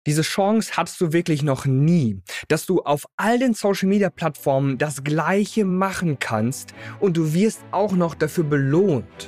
Diese Chance hattest du wirklich noch nie, dass du auf all den Social-Media-Plattformen das Gleiche machen kannst und du wirst auch noch dafür belohnt.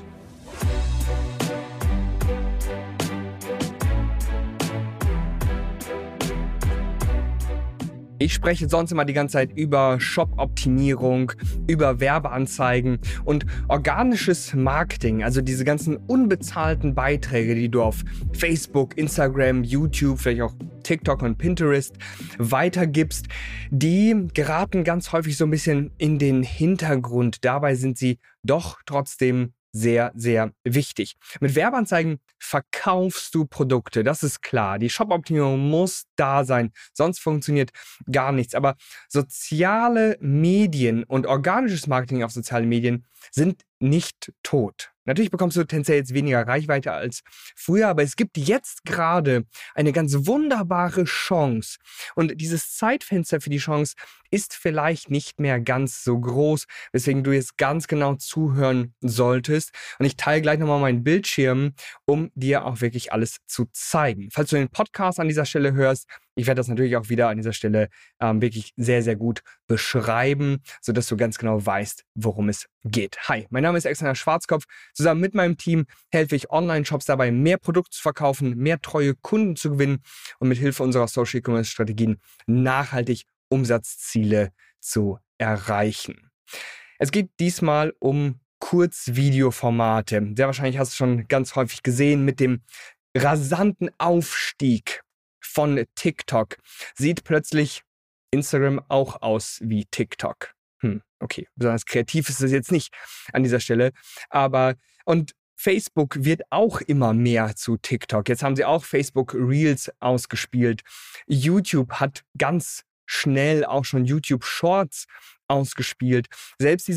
Ich spreche sonst immer die ganze Zeit über Shop-Optimierung, über Werbeanzeigen und organisches Marketing, also diese ganzen unbezahlten Beiträge, die du auf Facebook, Instagram, YouTube, vielleicht auch TikTok und Pinterest weitergibst, die geraten ganz häufig so ein bisschen in den Hintergrund. Dabei sind sie doch trotzdem sehr, sehr wichtig. Mit Werbeanzeigen verkaufst du Produkte, das ist klar. Die Shop-Optimierung muss da sein, sonst funktioniert gar nichts. Aber soziale Medien und organisches Marketing auf sozialen Medien sind nicht tot. Natürlich bekommst du tendenziell jetzt weniger Reichweite als früher, aber es gibt jetzt gerade eine ganz wunderbare Chance. Und dieses Zeitfenster für die Chance ist vielleicht nicht mehr ganz so groß, weswegen du jetzt ganz genau zuhören solltest. Und ich teile gleich nochmal meinen Bildschirm, um dir auch wirklich alles zu zeigen. Falls du den Podcast an dieser Stelle hörst, ich werde das natürlich auch wieder an dieser Stelle wirklich sehr, sehr gut beschreiben, sodass du ganz genau weißt, worum es geht. Hi, mein Name ist Alexander Schwarzkopf. Zusammen mit meinem Team helfe ich Online-Shops dabei, mehr Produkte zu verkaufen, mehr treue Kunden zu gewinnen und mit Hilfe unserer Social Commerce Strategien nachhaltig Umsatzziele zu erreichen. Es geht diesmal um Kurzvideoformate. Sehr wahrscheinlich hast du schon ganz häufig gesehen mit dem rasanten Aufstieg von TikTok. Sieht plötzlich Instagram auch aus wie TikTok. Okay, besonders kreativ ist es jetzt nicht an dieser Stelle. Und Facebook wird auch immer mehr zu TikTok. Jetzt haben sie auch Facebook Reels ausgespielt. YouTube hat ganz schnell auch schon YouTube Shorts ausgespielt. Selbst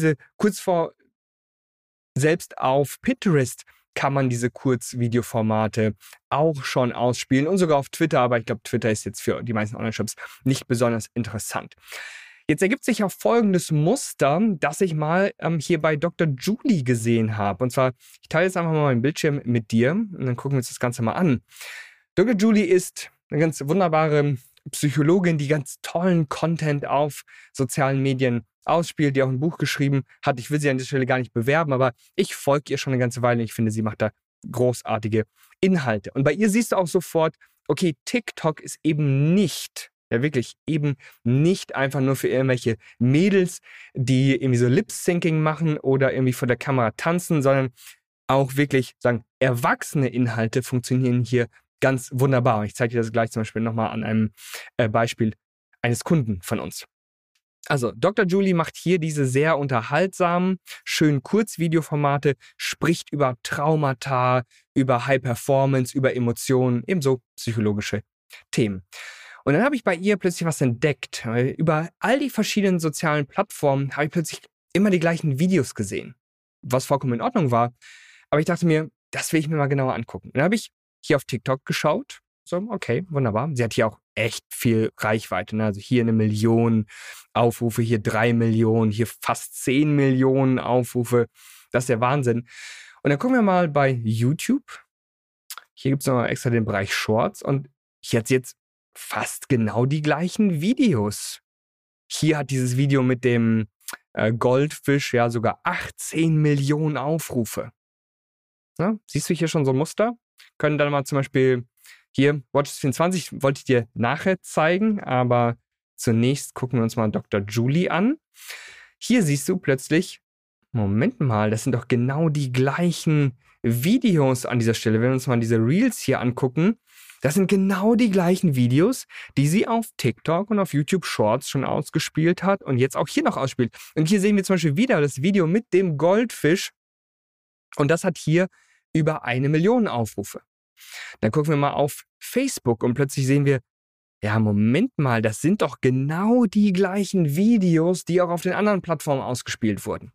auf Pinterest kann man diese Kurzvideoformate auch schon ausspielen und sogar auf Twitter, aber ich glaube, Twitter ist jetzt für die meisten Online-Shops nicht besonders interessant. Jetzt ergibt sich auch folgendes Muster, das ich mal hier bei Dr. Julie gesehen habe. Und zwar, ich teile jetzt einfach mal meinen Bildschirm mit dir und dann gucken wir uns das Ganze mal an. Dr. Julie ist eine ganz wunderbare Psychologin, die ganz tollen Content auf sozialen Medien ausspielt, die auch ein Buch geschrieben hat. Ich will sie an dieser Stelle gar nicht bewerben, aber ich folge ihr schon eine ganze Weile und ich finde, sie macht da großartige Inhalte. Und bei ihr siehst du auch sofort, okay, TikTok ist eben nicht, ja wirklich, eben nicht einfach nur für irgendwelche Mädels, die irgendwie so Lip-Syncing machen oder irgendwie vor der Kamera tanzen, sondern auch wirklich, sagen, erwachsene Inhalte funktionieren hier ganz wunderbar. Und ich zeige dir das gleich zum Beispiel nochmal an einem Beispiel eines Kunden von uns. Also, Dr. Julie macht hier diese sehr unterhaltsamen, schönen Kurzvideoformate, spricht über Traumata, über High Performance, über Emotionen, ebenso psychologische Themen. Und dann habe ich bei ihr plötzlich was entdeckt. Über all die verschiedenen sozialen Plattformen habe ich plötzlich immer die gleichen Videos gesehen, was vollkommen in Ordnung war. Aber ich dachte mir, das will ich mir mal genauer angucken. Und dann habe ich hier auf TikTok geschaut. So, okay, wunderbar. Sie hat hier auch echt viel Reichweite. Ne? Also hier 1 Million Aufrufe, hier 3 Millionen, hier fast 10 Millionen Aufrufe. Das ist der Wahnsinn. Und dann gucken wir mal bei YouTube. Hier gibt es noch extra den Bereich Shorts. Und hier hat sie jetzt fast genau die gleichen Videos. Hier hat dieses Video mit dem Goldfisch ja sogar 18 Millionen Aufrufe. Na, siehst du hier schon so ein Muster? Können dann mal zum Beispiel hier, Watches24 wollte ich dir nachher zeigen, aber zunächst gucken wir uns mal Dr. Julie an. Hier siehst du plötzlich, Moment mal, das sind doch genau die gleichen Videos an dieser Stelle. Wenn wir uns mal diese Reels hier angucken, das sind genau die gleichen Videos, die sie auf TikTok und auf YouTube Shorts schon ausgespielt hat und jetzt auch hier noch ausspielt. Und hier sehen wir zum Beispiel wieder das Video mit dem Goldfisch und das hat hier über 1 Million Aufrufe. Dann gucken wir mal auf Facebook und plötzlich sehen wir, ja, Moment mal, das sind doch genau die gleichen Videos, die auch auf den anderen Plattformen ausgespielt wurden.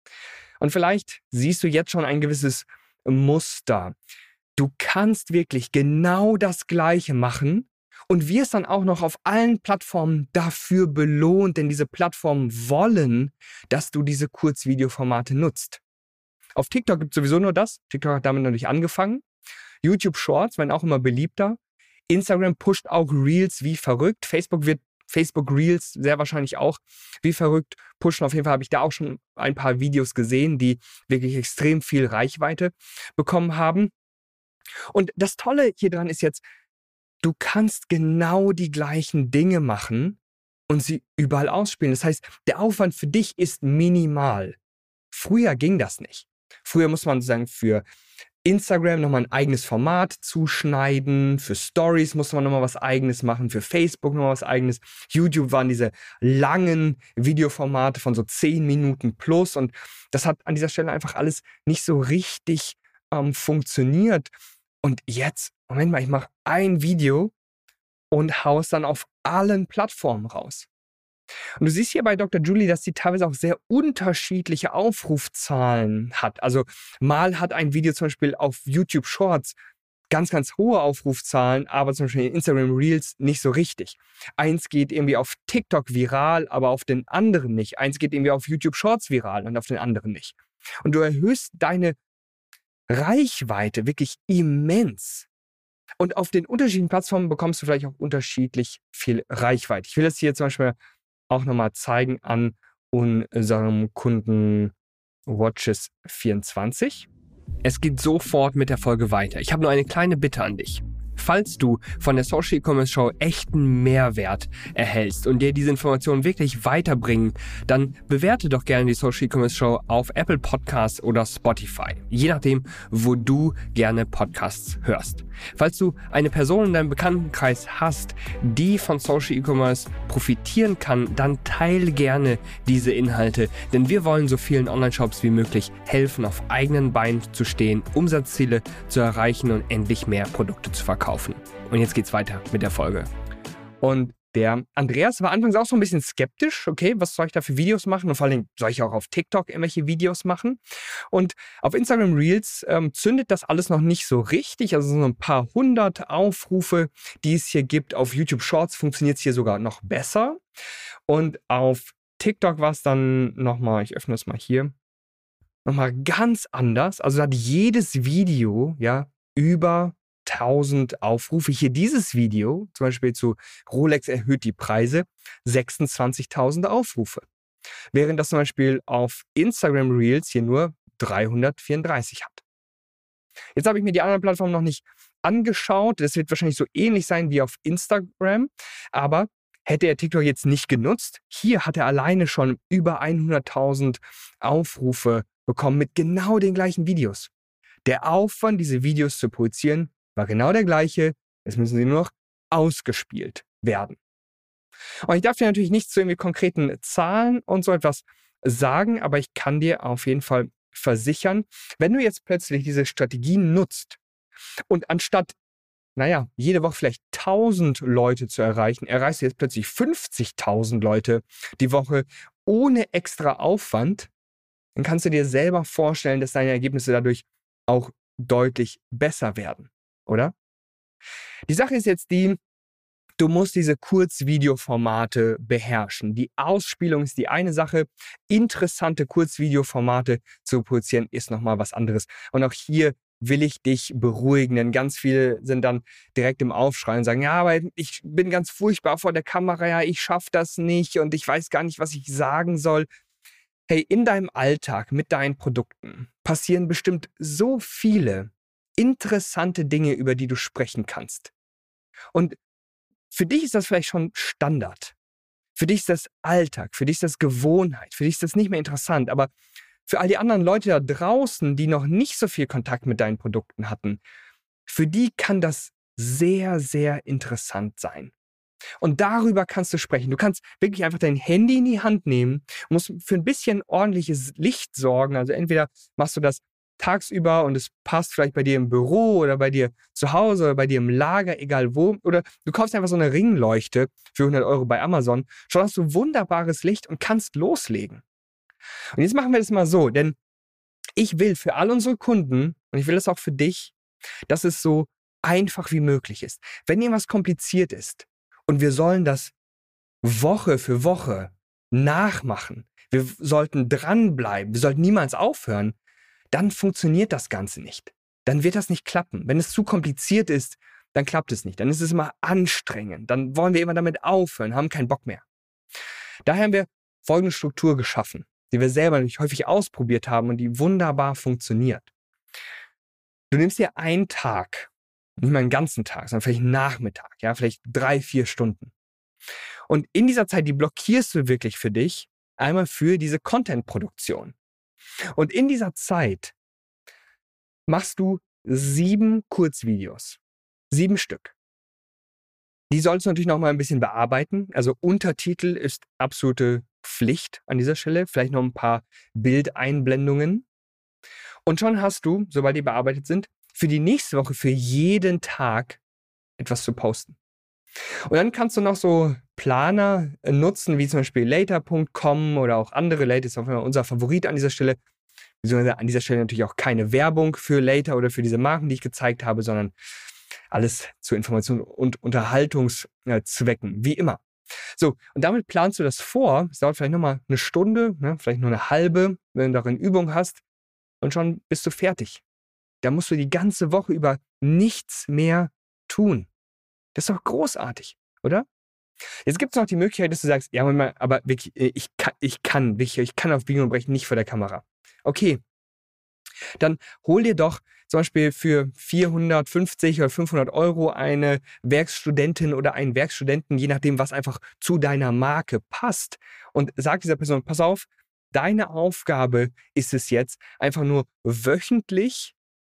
Und vielleicht siehst du jetzt schon ein gewisses Muster. Du kannst wirklich genau das Gleiche machen und wirst dann auch noch auf allen Plattformen dafür belohnt, denn diese Plattformen wollen, dass du diese Kurzvideoformate nutzt. Auf TikTok gibt es sowieso nur das. TikTok hat damit natürlich angefangen. YouTube Shorts werden auch immer beliebter. Instagram pusht auch Reels wie verrückt. Facebook Reels sehr wahrscheinlich auch wie verrückt pushen. Auf jeden Fall habe ich da auch schon ein paar Videos gesehen, die wirklich extrem viel Reichweite bekommen haben. Und das Tolle hier dran ist jetzt, du kannst genau die gleichen Dinge machen und sie überall ausspielen. Das heißt, der Aufwand für dich ist minimal. Früher ging das nicht. Früher muss man sozusagen für Instagram nochmal ein eigenes Format zuschneiden, für Stories musste man nochmal was Eigenes machen, für Facebook nochmal was Eigenes. YouTube waren diese langen Videoformate von so 10 Minuten plus und das hat an dieser Stelle einfach alles nicht so richtig funktioniert. Und jetzt, Moment mal, ich mache ein Video und haue es dann auf allen Plattformen raus. Und du siehst hier bei Dr. Julie, dass sie teilweise auch sehr unterschiedliche Aufrufzahlen hat. Also mal hat ein Video zum Beispiel auf YouTube Shorts ganz, ganz hohe Aufrufzahlen, aber zum Beispiel in Instagram Reels nicht so richtig. Eins geht irgendwie auf TikTok viral, aber auf den anderen nicht. Eins geht irgendwie auf YouTube Shorts viral und auf den anderen nicht. Und du erhöhst deine Reichweite wirklich immens. Und auf den unterschiedlichen Plattformen bekommst du vielleicht auch unterschiedlich viel Reichweite. Ich will das hier zum Beispiel auch nochmal zeigen an unserem Kunden Watches24. Es geht sofort mit der Folge weiter. Ich habe nur eine kleine Bitte an dich. Falls du von der Social E-Commerce Show echten Mehrwert erhältst und dir diese Informationen wirklich weiterbringen, dann bewerte doch gerne die Social E-Commerce Show auf Apple Podcasts oder Spotify. Je nachdem, wo du gerne Podcasts hörst. Falls du eine Person in deinem Bekanntenkreis hast, die von Social E-Commerce profitieren kann, dann teile gerne diese Inhalte, denn wir wollen so vielen Online-Shops wie möglich helfen, auf eigenen Beinen zu stehen, Umsatzziele zu erreichen und endlich mehr Produkte zu verkaufen. Und jetzt geht's weiter mit der Folge. Und der Andreas war anfangs auch so ein bisschen skeptisch. Okay, was soll ich da für Videos machen? Und vor allem, soll ich auch auf TikTok irgendwelche Videos machen? Und auf Instagram Reels zündet das alles noch nicht so richtig. Also so ein paar hundert Aufrufe, die es hier gibt. Auf YouTube Shorts funktioniert es hier sogar noch besser. Und auf TikTok war es dann nochmal, ich öffne es mal hier, nochmal ganz anders. Also da hat jedes Video ja über 1000 Aufrufe. Hier dieses Video, zum Beispiel zu Rolex erhöht die Preise, 26.000 Aufrufe. Während das zum Beispiel auf Instagram Reels hier nur 334 hat. Jetzt habe ich mir die anderen Plattformen noch nicht angeschaut. Das wird wahrscheinlich so ähnlich sein wie auf Instagram. Aber hätte er TikTok jetzt nicht genutzt, hier hat er alleine schon über 100.000 Aufrufe bekommen mit genau den gleichen Videos. Der Aufwand, diese Videos zu produzieren, war genau der gleiche. Jetzt müssen sie nur noch ausgespielt werden. Und ich darf dir natürlich nicht zu irgendwie konkreten Zahlen und so etwas sagen, aber ich kann dir auf jeden Fall versichern, wenn du jetzt plötzlich diese Strategien nutzt und anstatt, jede Woche vielleicht 1000 Leute zu erreichen, erreichst du jetzt plötzlich 50.000 Leute die Woche ohne extra Aufwand, dann kannst du dir selber vorstellen, dass deine Ergebnisse dadurch auch deutlich besser werden, oder? Die Sache ist jetzt die, du musst diese Kurzvideoformate beherrschen. Die Ausspielung ist die eine Sache. Interessante Kurzvideoformate zu produzieren ist nochmal was anderes. Und auch hier will ich dich beruhigen, denn ganz viele sind dann direkt im Aufschrei und sagen, ja, aber ich bin ganz furchtbar vor der Kamera, ja, ich schaffe das nicht und ich weiß gar nicht, was ich sagen soll. Hey, in deinem Alltag mit deinen Produkten passieren bestimmt so viele interessante Dinge, über die du sprechen kannst. Und für dich ist das vielleicht schon Standard. Für dich ist das Alltag, für dich ist das Gewohnheit, für dich ist das nicht mehr interessant. Aber für all die anderen Leute da draußen, die noch nicht so viel Kontakt mit deinen Produkten hatten, für die kann das sehr, sehr interessant sein. Und darüber kannst du sprechen. Du kannst wirklich einfach dein Handy in die Hand nehmen, musst für ein bisschen ordentliches Licht sorgen. Also entweder machst du das tagsüber und es passt vielleicht bei dir im Büro oder bei dir zu Hause oder bei dir im Lager, egal wo. Oder du kaufst einfach so eine Ringleuchte für 100 € bei Amazon. Schon hast du wunderbares Licht und kannst loslegen. Und jetzt machen wir das mal so, denn ich will für all unsere Kunden, und ich will das auch für dich, dass es so einfach wie möglich ist. Wenn irgendwas kompliziert ist und wir sollen das Woche für Woche nachmachen, wir sollten dranbleiben, wir sollten niemals aufhören, dann funktioniert das Ganze nicht. Dann wird das nicht klappen. Wenn es zu kompliziert ist, dann klappt es nicht. Dann ist es immer anstrengend. Dann wollen wir immer damit aufhören, haben keinen Bock mehr. Daher haben wir folgende Struktur geschaffen, die wir selber natürlich häufig ausprobiert haben und die wunderbar funktioniert. Du nimmst dir einen Tag, nicht mal einen ganzen Tag, sondern vielleicht einen Nachmittag, ja, vielleicht 3-4 Stunden. Und in dieser Zeit, die blockierst du wirklich für dich, einmal für diese Content-Produktion. Und in dieser Zeit machst du 7 Kurzvideos. 7 Stück. Die sollst du natürlich noch mal ein bisschen bearbeiten. Also Untertitel ist absolute Pflicht an dieser Stelle. Vielleicht noch ein paar Bildeinblendungen. Und schon hast du, sobald die bearbeitet sind, für die nächste Woche, für jeden Tag etwas zu posten. Und dann kannst du noch so Planer nutzen, wie zum Beispiel later.com oder auch andere. Later ist auch immer unser Favorit an dieser Stelle. Beziehungsweise an dieser Stelle natürlich auch keine Werbung für Later oder für diese Marken, die ich gezeigt habe, sondern alles zu Information und Unterhaltungszwecken, wie immer. So, und damit planst du das vor. Es dauert vielleicht nochmal eine Stunde, vielleicht nur eine halbe, wenn du darin Übung hast. Und schon bist du fertig. Da musst du die ganze Woche über nichts mehr tun. Das ist doch großartig, oder? Jetzt gibt es noch die Möglichkeit, dass du sagst, ja, aber wirklich, ich kann auf Biegen und Brechen nicht vor der Kamera. Okay, dann hol dir doch zum Beispiel für 450 oder 500 Euro eine Werkstudentin oder einen Werkstudenten, je nachdem, was einfach zu deiner Marke passt. Und sag dieser Person, pass auf, deine Aufgabe ist es jetzt, einfach nur wöchentlich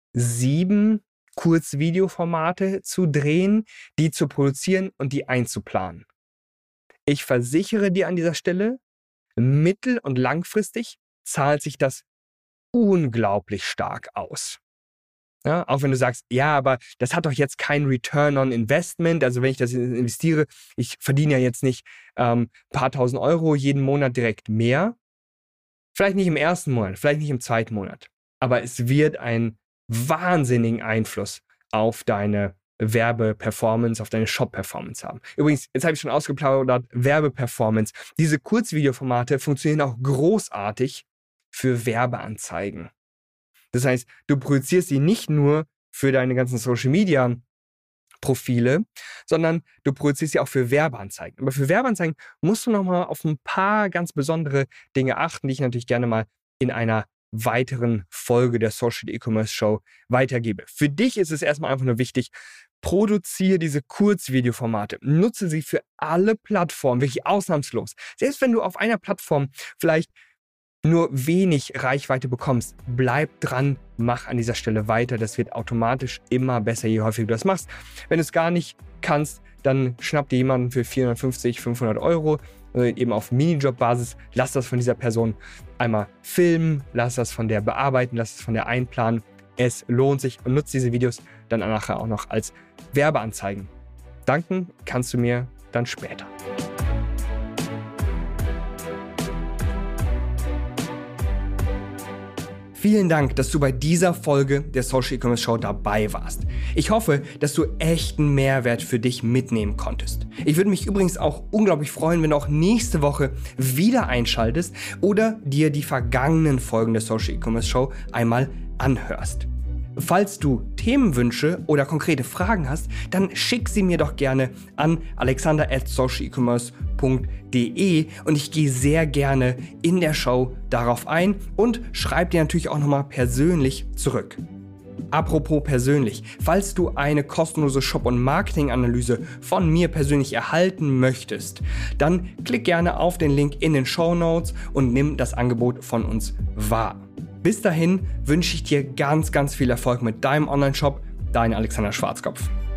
7 Kurzvideoformate zu drehen, die zu produzieren und die einzuplanen. Ich versichere dir an dieser Stelle, mittel- und langfristig zahlt sich das unglaublich stark aus. Ja, auch wenn du sagst, ja, aber das hat doch jetzt kein Return on Investment, also wenn ich das investiere, ich verdiene ja jetzt nicht ein paar tausend Euro jeden Monat direkt mehr. Vielleicht nicht im ersten Monat, vielleicht nicht im zweiten Monat, aber es wird einen wahnsinnigen Einfluss auf deine Werbeperformance, auf deine Shop-Performance haben. Übrigens, jetzt habe ich schon ausgeplaudert, Werbeperformance. Diese Kurzvideoformate funktionieren auch großartig für Werbeanzeigen. Das heißt, du produzierst sie nicht nur für deine ganzen Social-Media-Profile, sondern du produzierst sie auch für Werbeanzeigen. Aber für Werbeanzeigen musst du nochmal auf ein paar ganz besondere Dinge achten, die ich natürlich gerne mal in einer weiteren Folge der Social E-Commerce Show weitergebe. Für dich ist es erstmal einfach nur wichtig, produziere diese Kurzvideoformate, nutze sie für alle Plattformen, wirklich ausnahmslos. Selbst wenn du auf einer Plattform vielleicht nur wenig Reichweite bekommst, bleib dran, mach an dieser Stelle weiter. Das wird automatisch immer besser, je häufiger du das machst. Wenn du es gar nicht kannst, dann schnapp dir jemanden für 450, 500 Euro, eben auf Minijob-Basis. Lass das von dieser Person einmal filmen, lass das von der bearbeiten, lass es von der einplanen. Es lohnt sich und nutzt diese Videos dann nachher auch noch als Werbeanzeigen. Danken kannst du mir dann später. Vielen Dank, dass du bei dieser Folge der Social E-Commerce Show dabei warst. Ich hoffe, dass du echten Mehrwert für dich mitnehmen konntest. Ich würde mich übrigens auch unglaublich freuen, wenn du auch nächste Woche wieder einschaltest oder dir die vergangenen Folgen der Social E-Commerce Show einmal anhörst. Falls du Themenwünsche oder konkrete Fragen hast, dann schick sie mir doch gerne an alexander@socialecommerce.de und ich gehe sehr gerne in der Show darauf ein und schreibe dir natürlich auch nochmal persönlich zurück. Apropos persönlich, falls du eine kostenlose Shop- und Marketing-Analyse von mir persönlich erhalten möchtest, dann klick gerne auf den Link in den Shownotes und nimm das Angebot von uns wahr. Bis dahin wünsche ich dir ganz, ganz viel Erfolg mit deinem Online-Shop. Dein Alexander Schwarzkopf.